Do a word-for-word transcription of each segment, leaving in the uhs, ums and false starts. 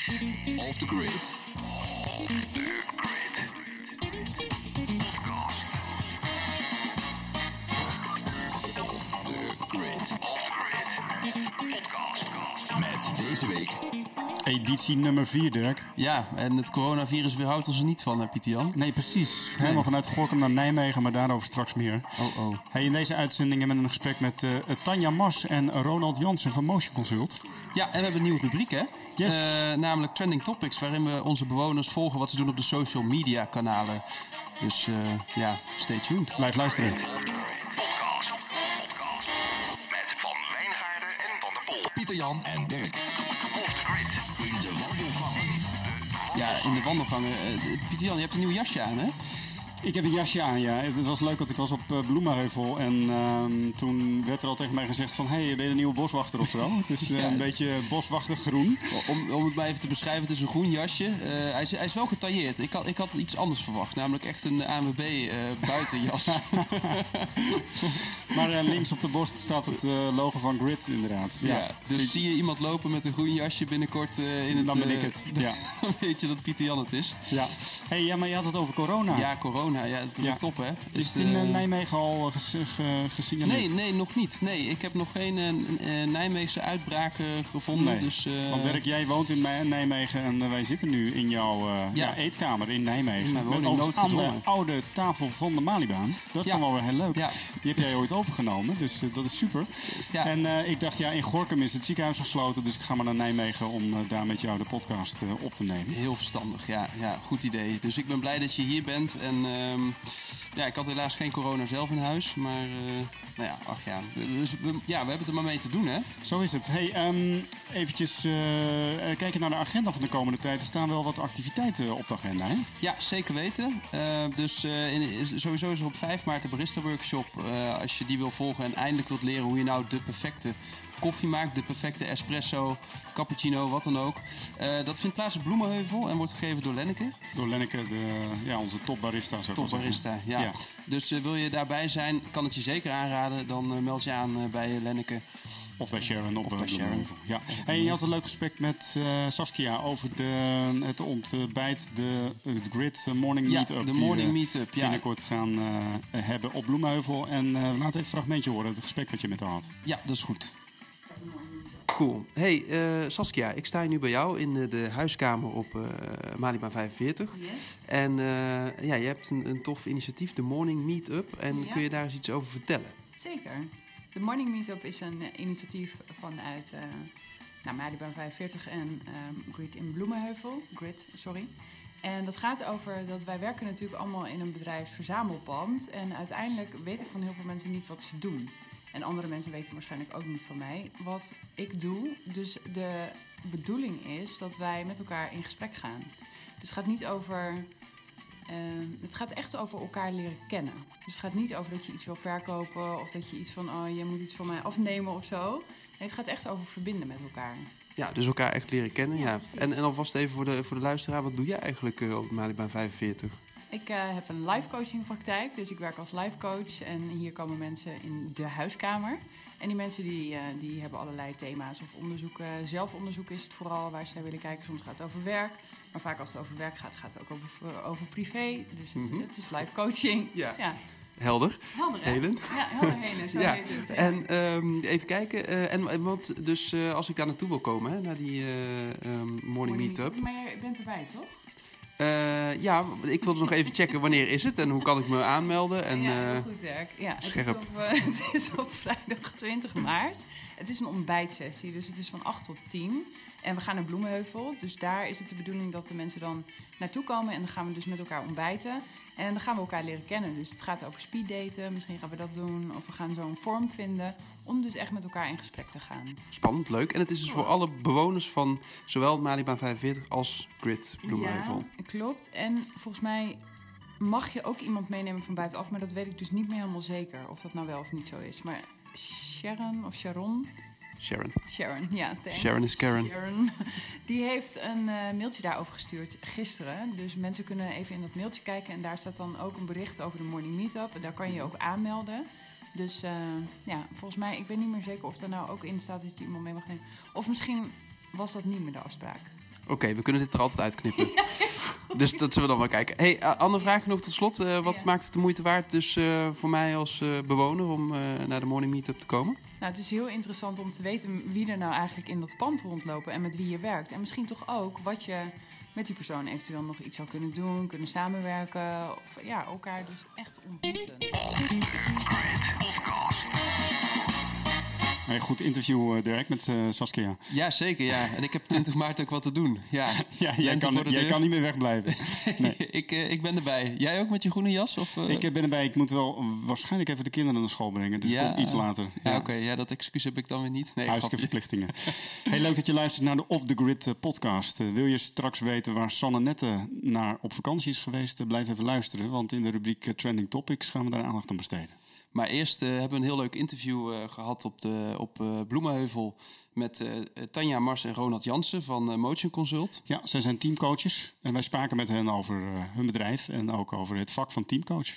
Topics. Off the grid. Off the grid. Podcast. Off the grid. Off the grid. Podcast. Met deze week editie nummer vier, Dirk. Ja, en het coronavirus weerhoudt ons er niet van, hè, Pieter-Jan? Nee, precies. Helemaal nee. Vanuit Gorinchem naar Nijmegen, maar daarover straks meer. Oh, oh. Hey, in deze uitzending hebben we een gesprek met uh, Tanja Mars en Ronald Jansen van Motion Consult. Ja, en we hebben een nieuwe rubriek, hè? Yes. Uh, namelijk Trending Topics, waarin we onze bewoners volgen wat ze doen op de social media kanalen. Dus uh, ja, stay tuned. Blijf luisteren. Podcast. Podcast. Met Van Wijngaarden en Van der Pol. Pieter-Jan en Dirk. Off the grid. In de wandelgangen. Ja, in de wandelgangen. Uh, Pieter-Jan, je hebt een nieuw jasje aan, hè? Ik heb een jasje aan, ja. Het was leuk, want ik was op uh, Bloemenheuvel. En uh, toen werd er al tegen mij gezegd van... Hé, hey, ben je een nieuwe boswachter of zo? Het is uh, ja. een beetje boswachter groen. Om, om het maar even te beschrijven, het is een groen jasje. Uh, hij, is, hij is wel getailleerd. Ik had, ik had iets anders verwacht. Namelijk echt een A N W B uh, buitenjas. Maar uh, links op de borst staat het uh, logo van Grid, inderdaad. Ja, ja, dus ik... zie je iemand lopen met een groen jasje binnenkort uh, in het... Dan ben ik het, uh, ja. Dan weet je dat Pieter-Jan het is. Ja. Hey, ja, maar je had het over corona. Ja, corona. Ja, het lukt ja. op, hè. Is het in uh, Nijmegen al ges, ge, gesignaleerd? Nee, nee, nog niet. Nee, ik heb nog geen uh, uh, Nijmeegse uitbraken gevonden. Nee. Dus, uh... Want Dirk, jij woont in Nijmegen en uh, wij zitten nu in jouw uh, ja. Ja, eetkamer in Nijmegen. In mijn woning noodgedwongen. Aan de oude tafel van de Malibaan. Dat is ja. dan wel weer heel leuk. Ja. Die heb jij ooit overgenomen, dus uh, dat is super. Ja. En uh, ik dacht, ja, in Gorinchem is het ziekenhuis gesloten, dus ik ga maar naar Nijmegen om uh, daar met jou de podcast uh, op te nemen. Heel verstandig, ja, ja, goed idee. Dus ik ben blij dat je hier bent en... Uh, Ja, ik had helaas geen corona zelf in huis, maar uh, nou ja, ach ja. Dus we, ja, we hebben het er maar mee te doen, hè? Zo is het. Hey, um, eventjes uh, kijken naar de agenda van de komende tijd. Er staan wel wat activiteiten op de agenda, hè? Ja, zeker weten. Uh, dus uh, in, sowieso is er op vijf maart de barista workshop. Uh, als je die wil volgen en eindelijk wilt leren hoe je nou de perfecte koffie maakt, de perfecte espresso, cappuccino, wat dan ook. Uh, dat vindt plaats op Bloemenheuvel en wordt gegeven door Lenneke. Door Lenneke, de, ja, onze topbarista. Topbarista, ja. ja. Dus uh, wil je daarbij zijn, kan het je zeker aanraden. Dan uh, meld je aan uh, bij Lenneke. Of bij Sharon op of bij Sharon. Ja. Hey, je had een leuk gesprek met uh, Saskia over de, het ontbijt, de, de Grid Morning ja, Meetup. de morning meetup, ja. Binnenkort gaan uh, hebben op Bloemenheuvel. En uh, laat even een fragmentje horen, het gesprek wat je met haar had. Ja, dat is goed. Cool. Hey uh, Saskia, ik sta hier nu bij jou in uh, de huiskamer op uh, Malibaan vijfenveertig. Yes. En uh, ja, je hebt een, een tof initiatief, de Morning Meetup. En ja. kun je daar eens iets over vertellen? Zeker. De Morning Meetup is een uh, initiatief vanuit uh, nou, Malibaan vijfenveertig en um, Grid in Bloemenheuvel. Grid, sorry. En dat gaat over dat wij werken natuurlijk allemaal in een bedrijfsverzamelpand. En uiteindelijk weet ik van heel veel mensen niet wat ze doen. En andere mensen weten waarschijnlijk ook niet van mij wat ik doe. Dus de bedoeling is dat wij met elkaar in gesprek gaan. Dus het gaat niet over... Uh, het gaat echt over elkaar leren kennen. Dus het gaat niet over dat je iets wil verkopen... of dat je iets van, oh, je moet iets van mij afnemen of zo. Nee, het gaat echt over verbinden met elkaar. Ja, dus elkaar echt leren kennen, ja. ja. En, en alvast even voor de, voor de luisteraar, wat doe jij eigenlijk uh, op Malibaan vijfenveertig? Ik uh, heb een life coaching praktijk, dus ik werk als life coach. En hier komen mensen in de huiskamer. En die mensen die, uh, die hebben allerlei thema's of onderzoeken. Zelfonderzoek is het vooral waar ze naar willen kijken. Soms gaat het over werk. Maar vaak als het over werk gaat, gaat het ook over, over privé. Dus het, mm-hmm. het is life coaching. Ja. ja. Helder. Helder, hè? Helen. Ja, helder Helen, zo ja. heet het. Ja. En um, even kijken. Uh, en, want dus uh, als ik daar naartoe wil komen, hè, naar die uh, um, morning, morning meetup. Maar je bent erbij, toch? Uh, ja, ik wilde nog even checken wanneer is het en hoe kan ik me aanmelden. En, ja, heel uh, goed werk. Ja, het, scherp. is op, uh, het is op vrijdag twintig maart. Het is een ontbijtsessie, dus het is van acht tot tien. En we gaan naar Bloemenheuvel, dus daar is het de bedoeling dat de mensen dan naartoe komen. En dan gaan we dus met elkaar ontbijten. En dan gaan we elkaar leren kennen. Dus het gaat over speeddaten, misschien gaan we dat doen. Of we gaan zo'n vorm vinden om dus echt met elkaar in gesprek te gaan. Spannend, leuk. En het is dus voor alle bewoners van zowel Malibaan vijfenveertig als Grid Bloemenheuvel. Ja, klopt. En volgens mij mag je ook iemand meenemen van buitenaf. Maar dat weet ik dus niet meer helemaal zeker of dat nou wel of niet zo is. Maar Sharon of Sharon... Sharon. Sharon, ja. Thanks. Sharon is Karen. Sharon. Die heeft een uh, mailtje daarover gestuurd gisteren. Dus mensen kunnen even in dat mailtje kijken. En daar staat dan ook een bericht over de Morning Meetup. En daar kan je je ook aanmelden. Dus uh, ja, volgens mij, ik weet niet meer zeker of er nou ook in staat dat je iemand mee mag nemen. Of misschien was dat niet meer de afspraak. Oké, okay, we kunnen dit er altijd uitknippen. Ja. Dus dat zullen we dan wel kijken. Hey, uh, andere vraag nog tot slot. Uh, wat ja. maakt het de moeite waard dus uh, voor mij als uh, bewoner om uh, naar de Morning Meetup te komen? Nou, het is heel interessant om te weten wie er nou eigenlijk in dat pand rondlopen en met wie je werkt. En misschien toch ook wat je met die persoon eventueel nog iets zou kunnen doen, kunnen samenwerken. Of ja, elkaar dus echt ontmoeten. Hey, goed interview, uh, Dirk, met uh, Saskia. Ja, zeker. Ja. En ik heb twintig maart ook wat te doen. Ja, ja jij, kan, jij kan niet meer wegblijven. Nee. ik, uh, ik ben erbij. Jij ook met je groene jas? Of, uh... Ik ben erbij. Ik moet wel waarschijnlijk even de kinderen naar school brengen. Dus ja. iets later. Ja, ja oké. Okay. Ja, dat excuus heb ik dan weer niet. Nee, huiselijke verplichtingen. Hey, leuk dat je luistert naar de Off The Grid uh, podcast. Uh, wil je straks weten waar Sanne Nette naar op vakantie is geweest? Uh, blijf even luisteren. Want in de rubriek uh, Trending Topics gaan we daar aandacht aan besteden. Maar eerst uh, hebben we een heel leuk interview uh, gehad op, de, op uh, Bloemenheuvel met uh, Tanja Mars en Ronald Jansen van uh, Motion Consult. Ja, zij zijn teamcoaches en wij spraken met hen over uh, hun bedrijf en ook over het vak van teamcoach. Off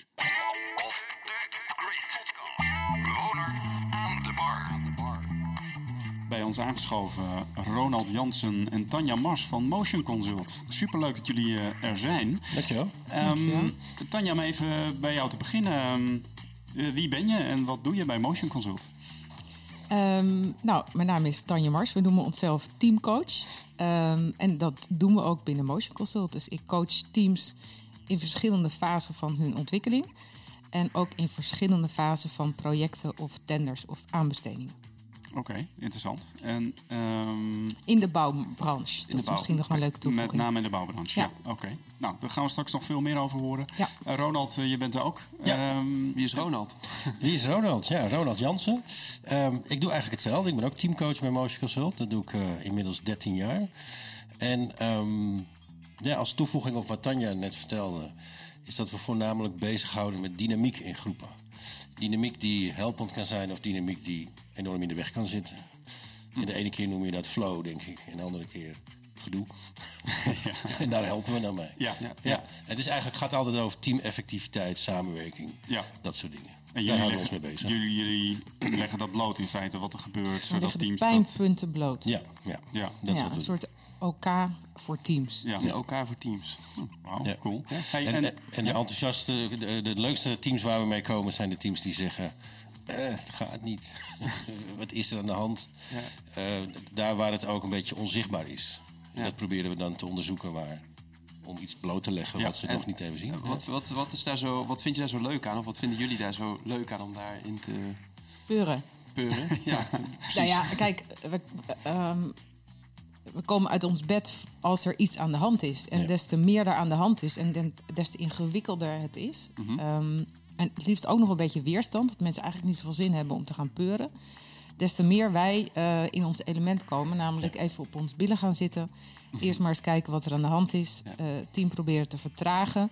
the Grid. Bewoner aan de bar. Bij ons aangeschoven Ronald Jansen en Tanja Mars van Motion Consult. Superleuk dat jullie uh, er zijn. Dankjewel. Um, Dankjewel. Tanja, om even bij jou te beginnen. Um, Uh, wie ben je en wat doe je bij Motion Consult? Um, nou, mijn naam is Tanja Mars. We noemen onszelf teamcoach. Um, en dat doen we ook binnen Motion Consult. Dus ik coach teams in verschillende fasen van hun ontwikkeling. En ook in verschillende fasen van projecten of tenders of aanbestedingen. Oké, okay, interessant. En, um... in de bouwbranche. Dat de is bouw. Misschien nog wel een leuke toevoeging. Met name in de bouwbranche, ja. ja. Oké. Okay. Nou, daar gaan we straks nog veel meer over horen. Ja. Uh, Ronald, uh, je bent er ook. Ja. Um, Wie is Ronald? Wie is Ronald? Ja, Ronald Jansen. Um, ik doe eigenlijk hetzelfde. Ik ben ook teamcoach bij Motion Consult. Dat doe ik uh, inmiddels dertien jaar. En um, ja, als toevoeging op wat Tanja net vertelde, is dat we voornamelijk bezighouden met dynamiek in groepen. Dynamiek die helpend kan zijn of dynamiek die enorm in de weg kan zitten. En de ene keer noem je dat flow, denk ik. En de andere keer gedoe. Ja. En daar helpen we dan mee. Ja. Ja. Ja. Het is eigenlijk, gaat altijd over teameffectiviteit, samenwerking. Ja. Dat soort dingen. En jullie daar houden we ons mee bezig. Jullie, jullie leggen dat bloot in feite, wat er gebeurt. We zodat teams de pijnpunten dat... bloot. Ja, ja. ja. Dat ja een soort O K voor teams. Ja, ja. O K voor teams. Oh, wauw, ja. Cool. Ja. Hey, en, en, en de ja. enthousiaste, de, de leukste teams waar we mee komen zijn de teams die zeggen, Uh, het gaat niet. Wat is er aan de hand? Ja. Uh, daar waar het ook een beetje onzichtbaar is. En ja. dat proberen we dan te onderzoeken waar, om iets bloot te leggen ja. wat ze en, nog niet hebben zien. Wat, ja. wat, wat, is daar zo, wat vind je daar zo leuk aan? Of wat vinden jullie daar zo leuk aan om daarin te... Peuren. Peuren, ja. Nou ja, kijk, we, um, we komen uit ons bed als er iets aan de hand is. En ja. des te meer daar aan de hand is en des te ingewikkelder het is... Mm-hmm. Um, En het liefst ook nog een beetje weerstand. Dat mensen eigenlijk niet zoveel zin hebben om te gaan peuren. Des te meer wij uh, in ons element komen. Namelijk ja. even op ons billen gaan zitten. Eerst maar eens kijken wat er aan de hand is. Ja. Uh, het team proberen te vertragen.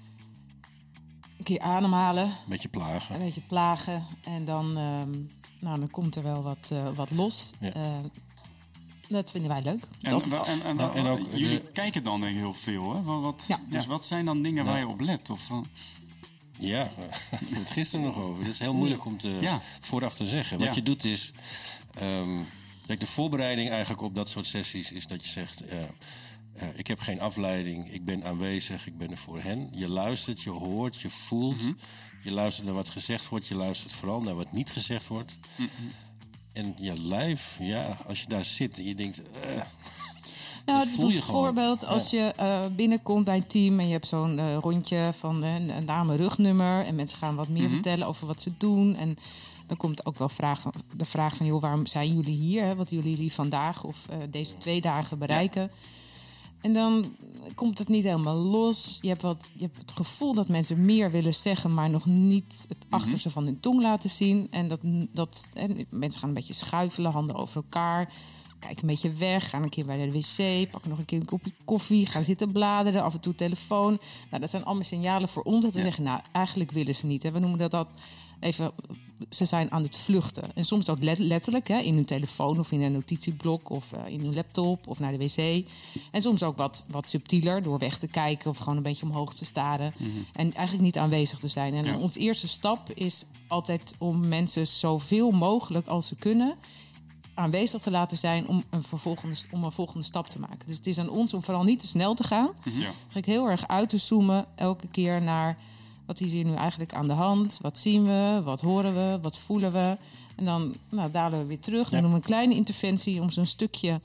Een keer ademhalen. Een beetje plagen. Een beetje plagen. En dan, um, nou, dan komt er wel wat, uh, wat los. Ja. Uh, dat vinden wij leuk. En, dat en, en, en, nou, en ook, jullie de... kijken dan denk ik heel veel. Hè? Wat, ja. Dus ja. wat zijn dan dingen ja. waar je op let? Of... Uh... Ja, we hadden het gisteren nog over. Het is heel moeilijk om te, ja. vooraf te zeggen. Wat ja. je doet is... Um, kijk, de voorbereiding eigenlijk op dat soort sessies is dat je zegt... Uh, uh, ik heb geen afleiding, ik ben aanwezig, ik ben er voor hen. Je luistert, je hoort, je voelt. Mm-hmm. Je luistert naar wat gezegd wordt. Je luistert vooral naar wat niet gezegd wordt. Mm-hmm. En je lijf, ja, als je daar zit en je denkt... Uh, Nou, het is bijvoorbeeld als je uh, binnenkomt bij een team en je hebt zo'n uh, rondje van uh, een namen-rugnummer en mensen gaan wat meer mm-hmm. vertellen over wat ze doen. En dan komt ook wel vraag, de vraag van, joh, waarom zijn jullie hier? Hè? Wat willen jullie vandaag of uh, deze twee dagen bereiken? Ja. En dan komt het niet helemaal los. Je hebt, wat, je hebt het gevoel dat mensen meer willen zeggen, maar nog niet het mm-hmm. achterste van hun tong laten zien. En dat, dat en mensen gaan een beetje schuifelen, handen over elkaar. Kijk een beetje weg, gaan een keer bij de wc, pakken nog een keer een kopje koffie, gaan zitten bladeren, af en toe telefoon. Nou, dat zijn allemaal signalen voor ons dat we ja. zeggen, nou, eigenlijk willen ze niet. Hè. We noemen dat, dat even, ze zijn aan het vluchten. En soms ook letterlijk, hè, in hun telefoon of in een notitieblok of uh, in hun laptop of naar de wc. En soms ook wat, wat subtieler, door weg te kijken of gewoon een beetje omhoog te staren. Mm-hmm. En eigenlijk niet aanwezig te zijn. En ja. onze eerste stap is altijd om mensen zoveel mogelijk als ze kunnen aanwezig te laten zijn om een, vervolgende, om een volgende stap te maken. Dus het is aan ons om vooral niet te snel te gaan. Ja. Eigenlijk heel erg uit te zoomen elke keer naar wat is hier nu eigenlijk aan de hand? Wat zien we? Wat horen we? Wat voelen we? En dan nou, dalen we weer terug. Dan Ja. doen we een kleine interventie om zo'n stukje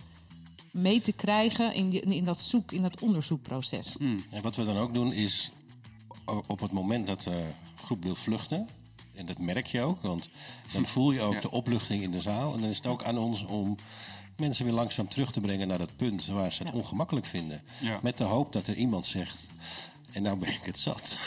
mee te krijgen in, die, in, dat, zoek, in dat onderzoekproces. En wat we dan ook doen is o- op het moment dat de groep wil vluchten, en dat merk je ook, want dan voel je ook Ja. de opluchting in de zaal. En dan is het ook aan ons om mensen weer langzaam terug te brengen naar dat punt waar ze het ongemakkelijk vinden. Ja. Met de hoop dat er iemand zegt, en nou ben ik het zat.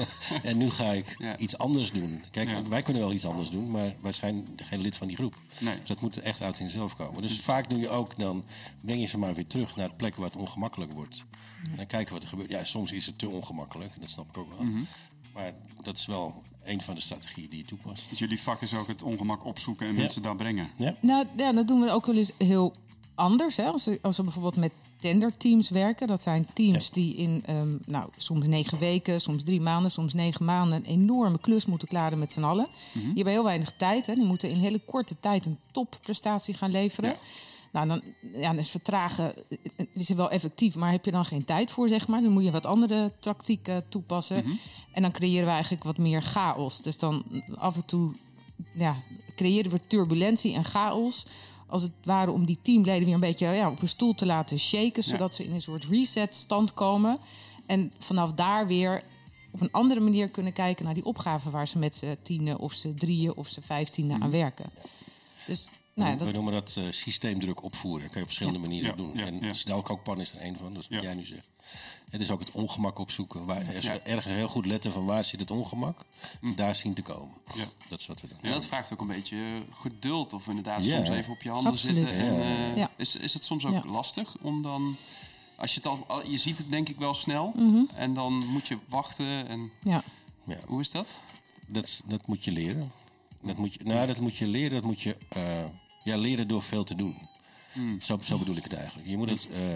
En nu ga ik Ja. iets anders doen. Kijk, Ja. wij kunnen wel iets anders doen, maar wij zijn geen lid van die groep. Nee. Dus dat moet echt uit zichzelf komen. Dus vaak doe je ook, dan breng je ze maar weer terug naar de plek waar het ongemakkelijk wordt. En dan kijken wat er gebeurt. Ja, soms is het te ongemakkelijk, dat snap ik ook wel. Maar dat is wel een van de strategieën die je toepast. Dus jullie vak is ook het ongemak opzoeken en Ja. mensen daar brengen. Ja? Nou, ja, dat doen we ook wel eens heel anders. Hè? Als, we, als we bijvoorbeeld met tenderteams werken. Dat zijn teams Ja. die in um, nou, soms negen weken, soms drie maanden, soms negen maanden een enorme klus moeten klaren met z'n allen. Die hebben heel weinig tijd. Hè? Die moeten in hele korte tijd een topprestatie gaan leveren. Ja. Nou, dan, ja, dan is vertragen is wel effectief, maar heb je dan geen tijd voor, zeg maar. Dan moet je wat andere tactieken toepassen. En dan creëren we eigenlijk wat meer chaos. Dus dan af en toe ja, creëren we turbulentie en chaos, als het ware om die teamleden weer een beetje ja, op hun stoel te laten shaken, zodat ze in een soort reset-stand komen. En vanaf daar weer op een andere manier kunnen kijken naar die opgave waar ze met z'n tienen of z'n drieën of z'n vijftienen aan werken. Dus nou ja, We dat, noemen dat uh, systeemdruk opvoeren. Dat kan je op verschillende manieren Ja, doen. ja, en ja. snelkookpan is er één van, dat is wat Ja. jij nu zegt. Het is ook het ongemak opzoeken. Waar, er is Ja. ergens heel goed letten van waar zit het ongemak. Daar zien te komen. Ja. Dat is wat we doen. Ja, dat vraagt ook een beetje geduld. Of inderdaad Ja. soms even op je handen Absoluut. zitten. En, Ja. eh, Ja. is, is het soms ook Ja. lastig om dan... Als je, het al, al- je ziet het denk ik wel snel. En dan moet je wachten. En ja. Ja. hoe is dat? Dat, dat moet je leren. Dat moet je, nou, dat moet je leren. Dat moet je uh, ja, leren door veel te doen. Zo, zo bedoel ik het eigenlijk. Je moet het... Uh,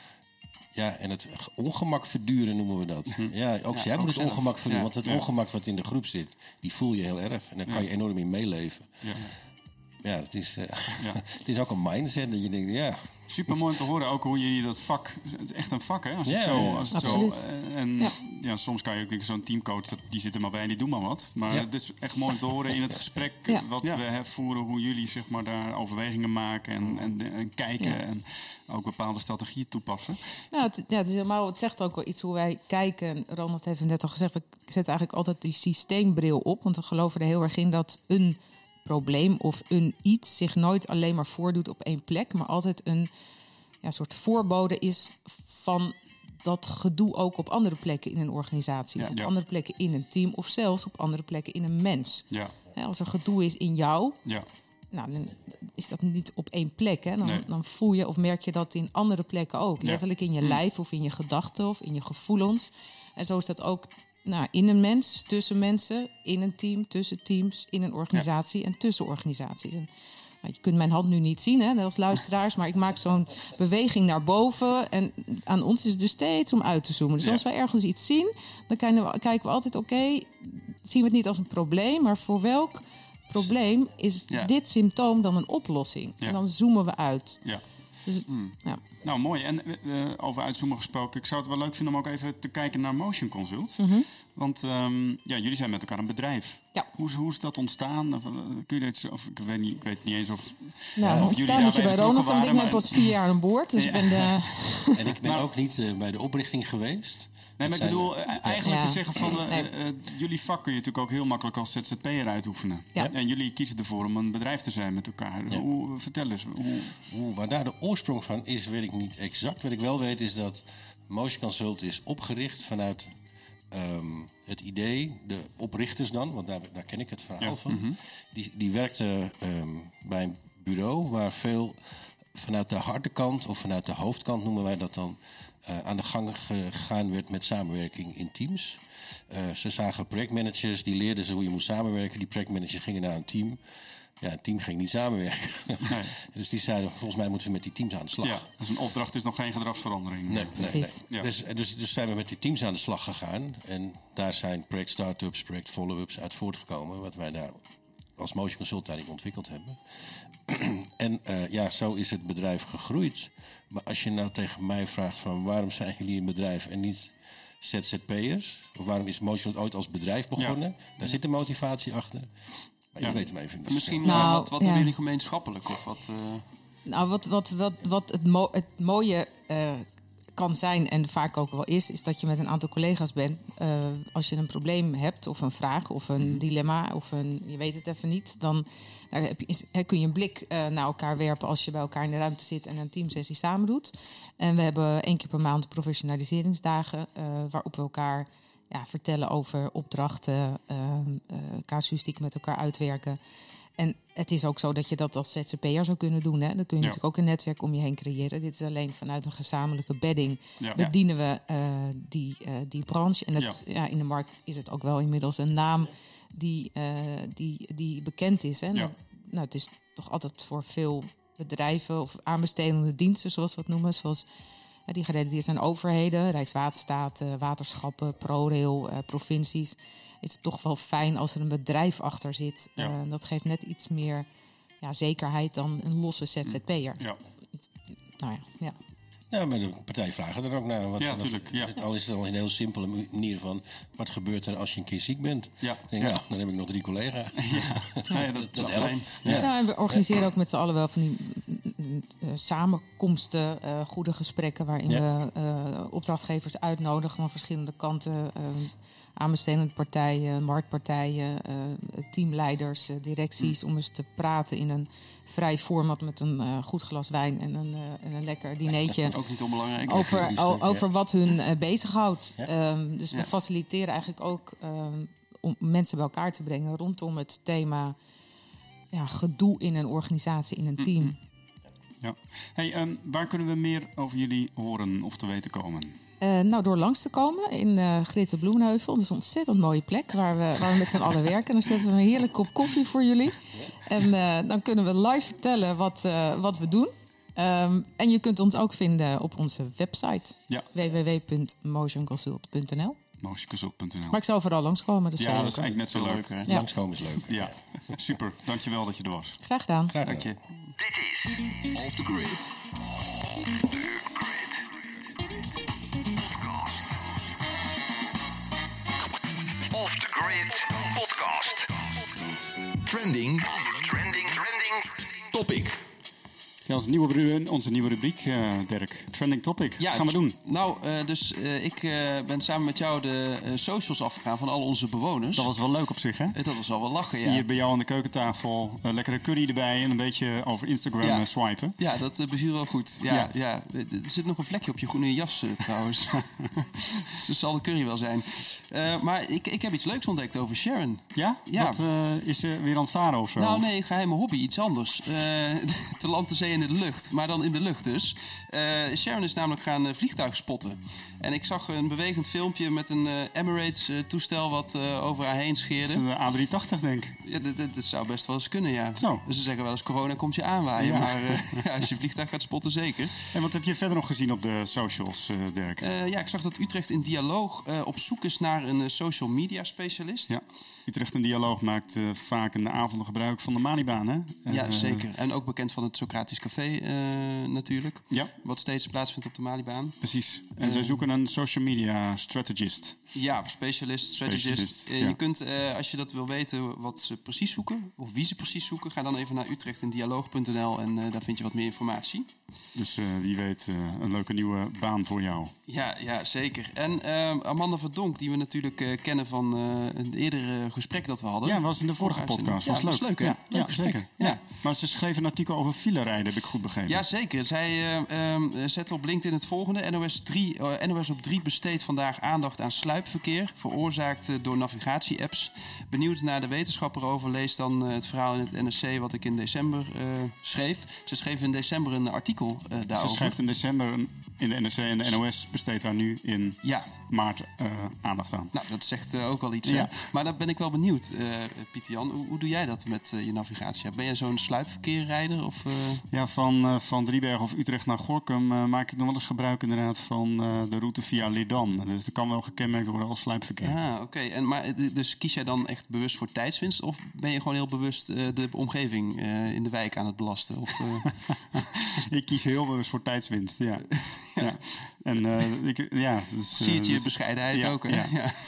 ja, en het ongemak verduren noemen we dat. Ja, ook Ja, jij ook moet het zelf. ongemak verduren. Ja. Want het Ja. ongemak wat in de groep zit, die voel je heel erg. En daar kan je enorm in meeleven. Ja. Ja, het is, uh, Ja. het is ook een mindset dat je denkt, ja... Super mooi om te horen ook hoe jullie dat vak... Het is echt een vak, hè? Als het Ja, zo, ja. als het Absoluut. zo eh, en Ja. ja. soms kan je ook denken, zo'n teamcoach, dat, die zit er maar bij en die doet maar wat. Maar Ja. het is echt mooi om te horen in het gesprek Ja. wat Ja. we hè, voeren, hoe jullie zeg maar daar overwegingen maken en, en, en kijken Ja. en ook bepaalde strategieën toepassen. Nou, het, ja, het, is helemaal, het zegt ook wel iets hoe wij kijken. Ronald heeft het net al gezegd, we zetten eigenlijk altijd die systeembril op. Want we geloven er heel erg in dat een probleem of een iets zich nooit alleen maar voordoet op één plek, maar altijd een ja, soort voorbode is van dat gedoe ook op andere plekken in een organisatie. Ja. Of op Ja. andere plekken in een team of zelfs op andere plekken in een mens. Ja, Hè, als er gedoe is in jou, ja, nou, dan is dat niet op één plek. Hè? Dan, Nee. dan voel je of merk je dat in andere plekken ook. Ja. Letterlijk in je lijf of in je gedachten of in je gevoelens. En zo is dat ook nou, in een mens, tussen mensen, in een team, tussen teams, in een organisatie en tussen organisaties. En, nou, je kunt mijn hand nu niet zien hè, als luisteraars, maar ik maak zo'n beweging naar boven. En aan ons is het dus steeds om uit te zoomen. Dus Ja. als wij ergens iets zien, dan kijken we, kijken we altijd, oké, zien we het niet als een probleem, maar voor welk probleem is Ja. dit symptoom dan een oplossing? Ja. En dan zoomen we uit. ja. Dus, ja. Nou, mooi. En uh, over uitzoomen gesproken, ik zou het wel leuk vinden om ook even te kijken naar Motion Consult. Mhm. Want um, ja, jullie zijn met elkaar een bedrijf. Ja. Hoe, is- hoe is dat ontstaan? Of, uh, kun je dit, of ik weet niet, ik weet niet eens of. Nou, of ontstaan jullie moet je daarbij bij Ronald, betrokken want ik waren, ben maar- pas vier jaar aan boord. Dus Ja. ik ben de... En ik ben ook niet uh, bij de oprichting geweest. Nee, maar ik Dat zijn- bedoel, uh, eigenlijk Ja. te zeggen van... Uh, Nee. uh, jullie vak kun je natuurlijk ook heel makkelijk als Z Z P'er uitoefenen. Ja. En jullie kiezen ervoor om een bedrijf te zijn met elkaar. Ja. Hoe, vertel eens. Hoe, Oeh, waar daar de oorsprong van is, weet ik niet exact. Wat ik wel weet is dat Motion Consult is opgericht vanuit um, het idee, de oprichters dan, want daar, daar ken ik het verhaal Ja. van. Mm-hmm. Die, die werkte um, bij een bureau waar veel vanuit de harde kant of vanuit de hoofdkant noemen wij dat dan, uh, aan de gang gegaan werd met samenwerking in teams. Uh, ze zagen projectmanagers, die leerden ze hoe je moest samenwerken. Die projectmanagers gingen naar een team. Ja, een team ging niet samenwerken. Nee. Dus die zeiden, volgens mij moeten we met die teams aan de slag. ja, dus een opdracht is nog geen gedragsverandering. Nee, Precies. nee, nee. Ja. Dus, dus, dus zijn we met die teams aan de slag gegaan. En daar zijn project startups, project follow-ups uit voortgekomen. Wat wij daar als motion consulting ontwikkeld hebben. En uh, ja, zo is het bedrijf gegroeid. Maar als je nou tegen mij vraagt van waarom zijn jullie een bedrijf en niet Z Z P'ers? Of waarom is Motion ooit als bedrijf begonnen? Ja. Daar zit de motivatie achter. Maar ja. ik weet hem even niet. Misschien nou, wat, wat ja. hebben jullie gemeenschappelijk? Of wat, uh... Nou, wat, wat, wat, wat het, mo- het mooie uh, kan zijn en vaak ook wel is, is dat je met een aantal collega's bent. Uh, als je een probleem hebt of een vraag of een mm-hmm. dilemma of een, je weet het even niet, dan daar heb je, is, kun je een blik uh, naar elkaar werpen als je bij elkaar in de ruimte zit en een teamsessie samen doet. En we hebben één keer per maand professionaliseringsdagen uh, waarop we elkaar ja, vertellen over opdrachten, uh, uh, casuïstiek met elkaar uitwerken. En het is ook zo dat je dat als Z Z P'er zou kunnen doen. Hè? Dan kun je ja. natuurlijk ook een netwerk om je heen creëren. Dit is alleen vanuit een gezamenlijke bedding ja. bedienen we uh, die, uh, die branche. En het, ja. Ja, in de markt is het ook wel inmiddels een naam die, uh, die, die bekend is. Hè? Ja. Nou, nou, het is toch altijd voor veel bedrijven of aanbestedende diensten, zoals we het noemen. Zoals uh, die gerelateerd zijn aan overheden, Rijkswaterstaat, uh, waterschappen, ProRail, uh, provincies. Is het toch wel fijn als er een bedrijf achter zit. Ja. Uh, dat geeft net iets meer ja, zekerheid dan een losse Z Z P'er. Ja. Nou ja, ja. Ja, maar de partijen vragen er ook naar. Wat, ja, natuurlijk. Ja. Al is het al een heel simpele manier van wat gebeurt er als je een keer ziek bent. Ja. Denk, ja. Nou, dan heb ik nog drie collega's. Ja, ja, dat, dat helpt. Ja. Nou, en we organiseren ook met z'n allen wel van die uh, samenkomsten, uh, goede gesprekken waarin ja. we uh, opdrachtgevers uitnodigen van verschillende kanten. Uh, aanbestedende partijen, marktpartijen, uh, teamleiders, uh, directies, mm. om eens te praten in een vrij format met een uh, goed glas wijn en een, uh, en een lekker dinertje. Ook niet onbelangrijk. Over, o, over wat hun uh, bezighoudt. Ja. Um, dus we ja. faciliteren eigenlijk ook um, om mensen bij elkaar te brengen rondom het thema ja, gedoe in een organisatie, in een team. Mm-hmm. Ja. Hey, um, waar kunnen we meer over jullie horen of te weten komen? Uh, nou, door langs te komen in uh, Gritte Bloemenheuvel. Dat is een ontzettend mooie plek waar we, waar we met z'n allen werken. Dan zetten we een heerlijk kop koffie voor jullie. En uh, dan kunnen we live vertellen wat, uh, wat we doen. Um, en je kunt ons ook vinden op onze website. Ja. w w w punt motion consult punt n l motion consult punt n l. Maar ik zou vooral langskomen. Dat is ja, dat is eigenlijk net zo leuk. leuk ja. Langskomen is leuk. Ja, super. Dankjewel dat je er was. Graag gedaan. Graag gedaan. Dank je. Dit is Off the Grid. Off the Grid podcast. Trending, trending, trending topic. Ja, onze nieuwe, bru- onze nieuwe rubriek, uh, Dirk. Trending Topic. Ja, wat gaan we doen? Nou, uh, dus uh, ik uh, ben samen met jou de uh, socials afgegaan van al onze bewoners. Dat was wel leuk op zich, hè? Uh, dat was al wel lachen, ja. Hier bij jou aan de keukentafel, uh, lekkere curry erbij en een beetje over Instagram ja. uh, swipen. Ja, dat uh, beviel wel goed. Ja, ja. Ja. Er zit nog een vlekje op je groene jas uh, trouwens. Dus dat zal de curry wel zijn. Uh, maar ik, ik heb iets leuks ontdekt over Sharon. Ja? Ja. Wat, uh, is ze weer aan het varen of zo? Nou nee, geheime hobby, iets anders. Uh, te land, te zee in de lucht. Maar dan in de lucht dus. Uh, Sharon is namelijk gaan uh, vliegtuig spotten. En ik zag een bewegend filmpje met een uh, Emirates uh, toestel wat uh, over haar heen scheerde. Dat is een A drie tachtig, denk ik. Ja, dat, dat, dat zou best wel eens kunnen, ja. Zo. Dus ze zeggen wel eens corona komt je aanwaaien. Ja. Maar uh, ja, als je vliegtuig gaat spotten, zeker. En wat heb je verder nog gezien op de socials, uh, Dirk? Uh, ja, ik zag dat Utrecht in Dialoog uh, op zoek is naar een uh, social media specialist. Ja. Utrecht in Dialoog maakt uh, vaak in de avonden gebruik van de Malibaan, hè? Uh, ja, zeker. En ook bekend van het Socratisch Café uh, natuurlijk. Ja. Wat steeds plaatsvindt op de Malibaan. Precies. En uh, zij zoeken een social media strategist. Ja, specialist, strategist. Specialist, uh, ja. Je kunt, uh, als je dat wil weten wat ze precies zoeken, of wie ze precies zoeken, ga dan even naar utrecht in dialoog punt n l en uh, daar vind je wat meer informatie. Dus uh, wie weet, uh, een leuke nieuwe baan voor jou. Ja, ja zeker. En uh, Amanda Verdonk, die we natuurlijk uh, kennen van uh, een eerdere gesprek dat we hadden. Ja, was in de vorige podcast. Ja, was leuk. Was leuk, hè? Ja, leuk ja zeker. Ja. Ja. Maar ze schreef een artikel over filerijden, heb ik goed begrepen. Ja, zeker. Zij uh, um, zette op LinkedIn het volgende. N O S, drie, uh, N O S op drie besteedt vandaag aandacht aan sluipverkeer, veroorzaakt uh, door navigatie-apps. Benieuwd naar de wetenschap erover, lees dan uh, het verhaal in het N R C wat ik in december uh, schreef. Ze schreef in december een artikel uh, daarover. Ze schreef in december een in de N R C en de N O S besteedt daar nu in ja. maart uh, aandacht aan. Nou, dat zegt uh, ook wel iets. Ja. Maar dan ben ik wel benieuwd, uh, Pieter-Jan. Hoe, hoe doe jij dat met uh, je navigatie? Ben jij zo'n sluipverkeerrijder? Of, uh... Ja, van, uh, van Driebergen of Utrecht naar Gorinchem uh, maak ik nog wel eens gebruik inderdaad van uh, de route via Leerdam. Dus dat kan wel gekenmerkt worden als sluipverkeer. Ah, oké. Okay. En maar dus kies jij dan echt bewust voor tijdswinst? Of ben je gewoon heel bewust uh, de omgeving uh, in de wijk aan het belasten? Of, uh... ik kies heel bewust voor tijdswinst, ja. ja. ja. En uh, ik, ja, dus, zie je uh, je dus, bescheidenheid ja, ook, hè? Ja. Ja.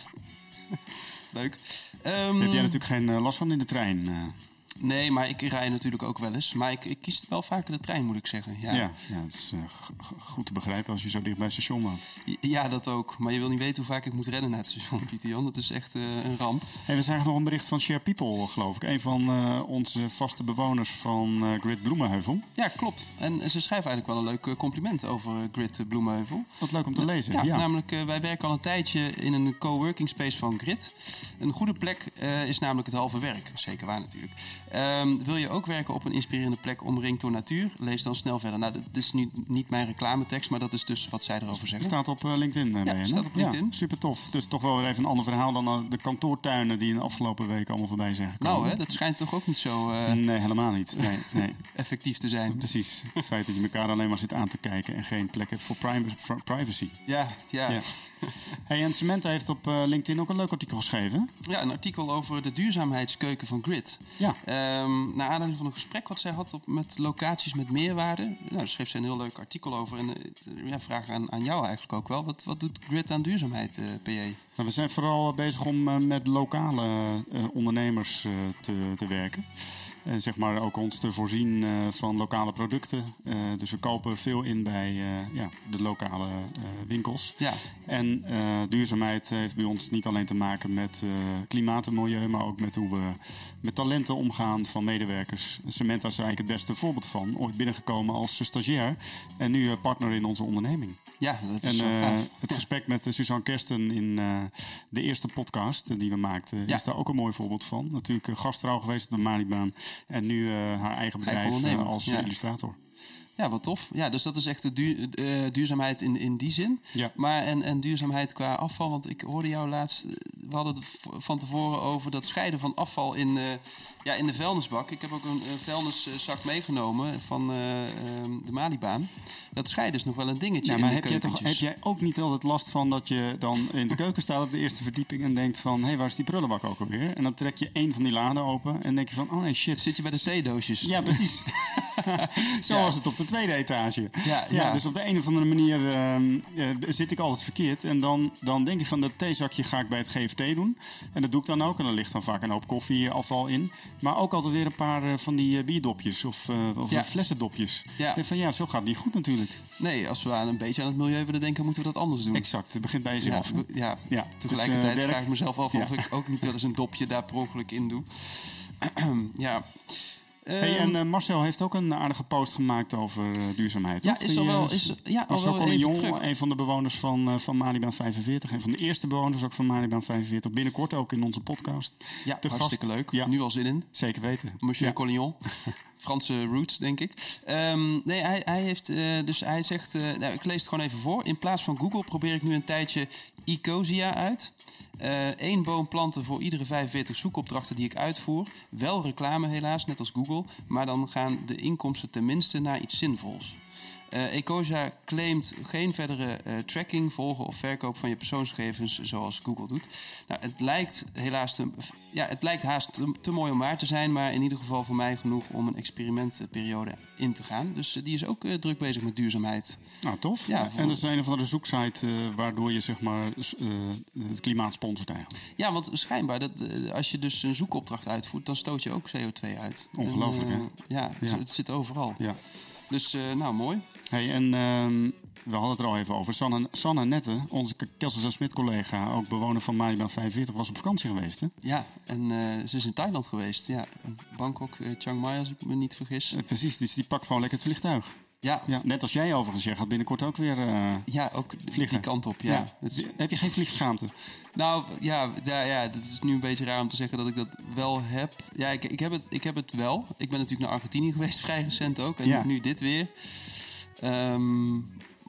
Leuk. Um, Daar heb jij natuurlijk geen uh, last van in de trein. Uh. Nee, maar ik rij natuurlijk ook wel eens. Maar ik, ik kies wel vaker de trein, moet ik zeggen. Ja, ja, ja het is uh, g- goed te begrijpen als je zo dicht bij het station woont. Ja, dat ook. Maar je wil niet weten hoe vaak ik moet rennen naar het station, Pieter-Jan. Dat is echt uh, een ramp. Hey, we zagen nog een bericht van Share People, geloof ik. Een van uh, onze vaste bewoners van uh, Grid Bloemenheuvel. Ja, klopt. En, en ze schrijven eigenlijk wel een leuk compliment over uh, Grid Bloemenheuvel. Wat leuk om te lezen. Ja, ja. namelijk uh, wij werken al een tijdje in een coworking space van Grid. Een goede plek uh, is namelijk het halve werk. Zeker waar natuurlijk. Um, wil je ook werken op een inspirerende plek omringd door natuur? Lees dan snel verder. Nou, dit is nu niet mijn reclametekst, maar dat is dus wat zij erover zeggen. Staat op uh, LinkedIn uh, ja, bij je, staat op LinkedIn. Ja, super tof. Dus toch wel weer even een ander verhaal dan uh, de kantoortuinen die in de afgelopen weken allemaal voorbij zijn gekomen. Nou, hè, dat schijnt toch ook niet zo uh, nee, helemaal niet. Nee, nee. effectief te zijn. Precies. Het feit dat je elkaar alleen maar zit aan te kijken en geen plek hebt voor privacy. Ja, ja. ja. Hey, en Samantha heeft op uh, LinkedIn ook een leuk artikel geschreven. Ja, een artikel over de duurzaamheidskeuken van Grid. Ja. Um, naar aanleiding van een gesprek wat zij had op, met locaties met meerwaarde. Nou, daar schreef zij een heel leuk artikel over. En uh, ja, vraag aan, aan jou eigenlijk ook wel. Wat, wat doet Grid aan duurzaamheid, uh, P J? Nou, we zijn vooral bezig om uh, met lokale uh, ondernemers uh, te, te werken. Uh, zeg maar ook ons te voorzien uh, van lokale producten. Uh, dus we kopen veel in bij uh, ja, de lokale uh, winkels. Ja. En uh, duurzaamheid heeft bij ons niet alleen te maken met uh, klimaat en milieu, maar ook met hoe we met talenten omgaan van medewerkers. Samantha is er eigenlijk het beste voorbeeld van. Ooit binnengekomen als stagiair en nu uh, partner in onze onderneming. Ja, dat is en, zo uh, gaaf. Het gesprek met uh, Suzanne Kersten in uh, de eerste podcast uh, die we maakten, ja. is daar ook een mooi voorbeeld van. Natuurlijk uh, gastvrouw geweest op de Malibaan en nu uh, haar eigen bedrijf uh, als ja. illustrator. Ja, wat tof. Ja, dus dat is echt de duur, uh, duurzaamheid in, in die zin. Ja. Maar en, en duurzaamheid qua afval. Want ik hoorde jou laatst... We hadden het van tevoren over dat scheiden van afval in, uh, ja, in de vuilnisbak. Ik heb ook een, een vuilniszak meegenomen van uh, uh, de Malibaan. Dat scheiden is nog wel een dingetje ja, in maar de heb jij, toch, heb jij ook niet altijd last van dat je dan in de keuken staat op de eerste verdieping en denkt van... hé, hey, waar is die prullenbak ook alweer? En dan trek je één van die laden open en denk je van... oh nee, shit. Zit je bij de theedoosjes? Ja, precies. Zo ja. was het op de tweede etage. Ja, ja. ja, dus op de een of andere manier uh, uh, zit ik altijd verkeerd. En dan, dan denk ik van dat theezakje ga ik bij het G F T doen. En dat doe ik dan ook. En dan ligt dan vaak een hoop koffieafval in. Maar ook altijd weer een paar uh, van die uh, bierdopjes of, uh, of ja. flessendopjes. Ja. En van ja, zo gaat het niet goed natuurlijk. Nee, als we aan een beetje aan het milieu willen denken, moeten we dat anders doen. Exact, het begint bij jezelf. Ja, ja, ja. tegelijkertijd dus, uh, vraag ik mezelf af ja. of ik ook niet wel eens een dopje daar per ongeluk in doe. ja. Hey, en uh, Marcel heeft ook een aardige post gemaakt over uh, duurzaamheid. Ja, toch? is al wel, is, ja, Marcel al wel Collignon, een van de bewoners van, uh, van Malibaan vijfenveertig. Een van de eerste bewoners ook van Malibaan vijfenveertig. Binnenkort ook in onze podcast. Ja, Te hartstikke gast. leuk. Ja. Nu al zin in. Zeker weten. Monsieur ja. Collignon. Franse roots, denk ik. Um, nee, hij, hij heeft uh, dus hij zegt, uh, nou, ik lees het gewoon even voor. In plaats van Google probeer ik nu een tijdje Ecosia uit. Eén uh, boom planten voor iedere vijfenveertig zoekopdrachten die ik uitvoer. Wel reclame helaas, net als Google. Maar dan gaan de inkomsten tenminste naar iets zinvols. Uh, Ecosia claimt geen verdere uh, tracking, volgen of verkoop van je persoonsgegevens zoals Google doet. Nou, het lijkt helaas te, ja, het lijkt haast te, te mooi om waar te zijn, maar in ieder geval voor mij genoeg om een experimentperiode in te gaan. Dus uh, die is ook uh, druk bezig met duurzaamheid. Nou, tof. Ja, voor... En dat is een of andere zoeksite uh, waardoor je zeg maar uh, het klimaat sponsort eigenlijk. Ja, want schijnbaar, dat, uh, als je dus een zoekopdracht uitvoert, dan stoot je ook C O twee uit. Ongelooflijk, en, uh, hè? Ja, ja. het zit overal. Ja. Dus, uh, nou, mooi. Hey, en uh, we hadden het er al even over. Sanne, Sanne Nette, onze Kelsens en Smit collega, ook bewoner van Malibaan vijfenveertig, was op vakantie geweest, hè? Ja, en uh, ze is in Thailand geweest. Ja, Bangkok, uh, Chiang Mai, als ik me niet vergis. Uh, precies, dus die pakt gewoon lekker het vliegtuig. Ja. ja. Net als jij overigens. Jij gaat binnenkort ook weer uh, ja, ook vliegen. Die kant op, ja. ja. Is... Heb je geen vliegschaamte? Nou, ja, ja, ja, het is nu een beetje raar om te zeggen dat ik dat wel heb. Ja, ik, ik, heb, het, ik heb het wel. Ik ben natuurlijk naar Argentinië geweest, vrij recent ook. En ja. nu dit weer. Um,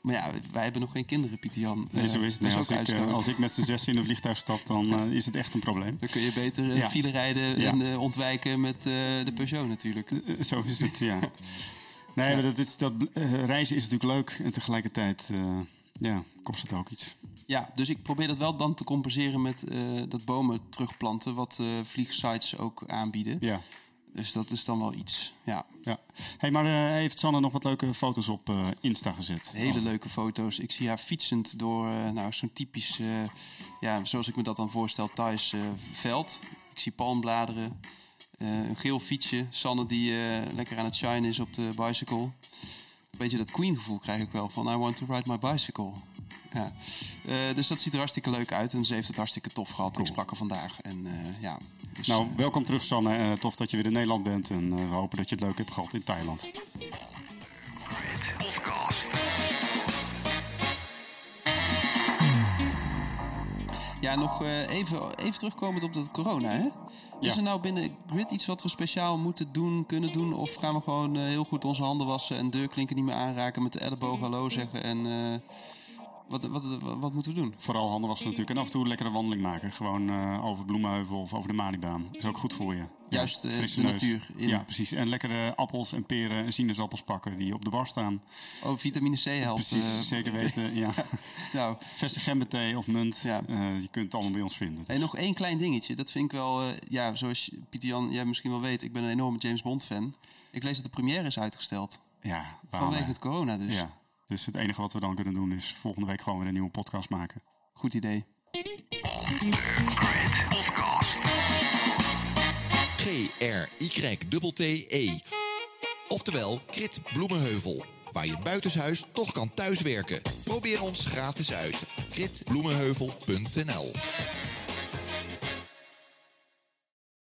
Maar ja, wij hebben nog geen kinderen, Pieter Jan. Nee, zo is het. Uh, Nee, als, ik, uh, als ik met z'n zes in een vliegtuig stap, dan uh, is het echt een probleem. Dan kun je beter uh, ja. file rijden ja. en uh, ontwijken met uh, de Peugeot natuurlijk. Uh, zo is het, ja. Nee, ja. maar dat, is, dat uh, reizen is natuurlijk leuk en tegelijkertijd uh, ja, kost het ook iets. Ja, dus ik probeer dat wel dan te compenseren met uh, dat bomen terugplanten, wat uh, vliegsites ook aanbieden. Ja. Dus dat is dan wel iets, ja. ja. Hey, maar uh, heeft Sanne nog wat leuke foto's op uh, Insta gezet? Hele oh. leuke foto's. Ik zie haar fietsend door uh, nou, zo'n typisch, uh, ja, zoals ik me dat dan voorstel, Thais uh, veld. Ik zie palmbladeren, uh, een geel fietsje. Sanne die uh, lekker aan het shinen is op de bicycle. Een beetje dat Queen-gevoel krijg ik wel van I want to ride my bicycle. Ja. Uh, dus dat ziet er hartstikke leuk uit. En ze heeft het hartstikke tof gehad. Cool. Ik sprak er vandaag. En, uh, ja, dus, nou, welkom terug, Sanne. Uh, tof dat je weer in Nederland bent. En uh, we hopen dat je het leuk hebt gehad in Thailand. Ja, nog uh, even, even terugkomend op dat corona, hè? Is ja. er nou binnen Grit iets wat we speciaal moeten doen, kunnen doen? Of gaan we gewoon uh, heel goed onze handen wassen en deurklinken niet meer aanraken, met de elleboog hallo zeggen en... Uh, Wat, wat, wat, wat moeten we doen? Vooral handen wassen natuurlijk. En af en toe een lekkere wandeling maken. Gewoon uh, over Bloemenheuvel of over de Malibaan. Dat is ook goed voor je. Juist ja, uh, de neus. natuur. In. Ja, precies. En lekkere appels en peren en sinaasappels pakken die op de bar staan. Oh, vitamine C helpt. Precies, uh, zeker weten. Ja. nou. Verse gemberthee of munt. Ja. Uh, je kunt het allemaal bij ons vinden. Dus. En nog één klein dingetje. Dat vind ik wel... Uh, ja, zoals Pieter Jan, jij misschien wel weet. Ik ben een enorme James Bond fan. Ik lees dat de première is uitgesteld. Ja. Vanwege het corona dus. Ja. Dus het enige wat we dan kunnen doen is volgende week gewoon weer een nieuwe podcast maken. Goed idee. Grit Podcast. G R Y T T E. Oftewel Grit Bloemenheuvel. Waar je buitenshuis toch kan thuiswerken. Probeer ons gratis uit. grit bloemenheuvel punt n l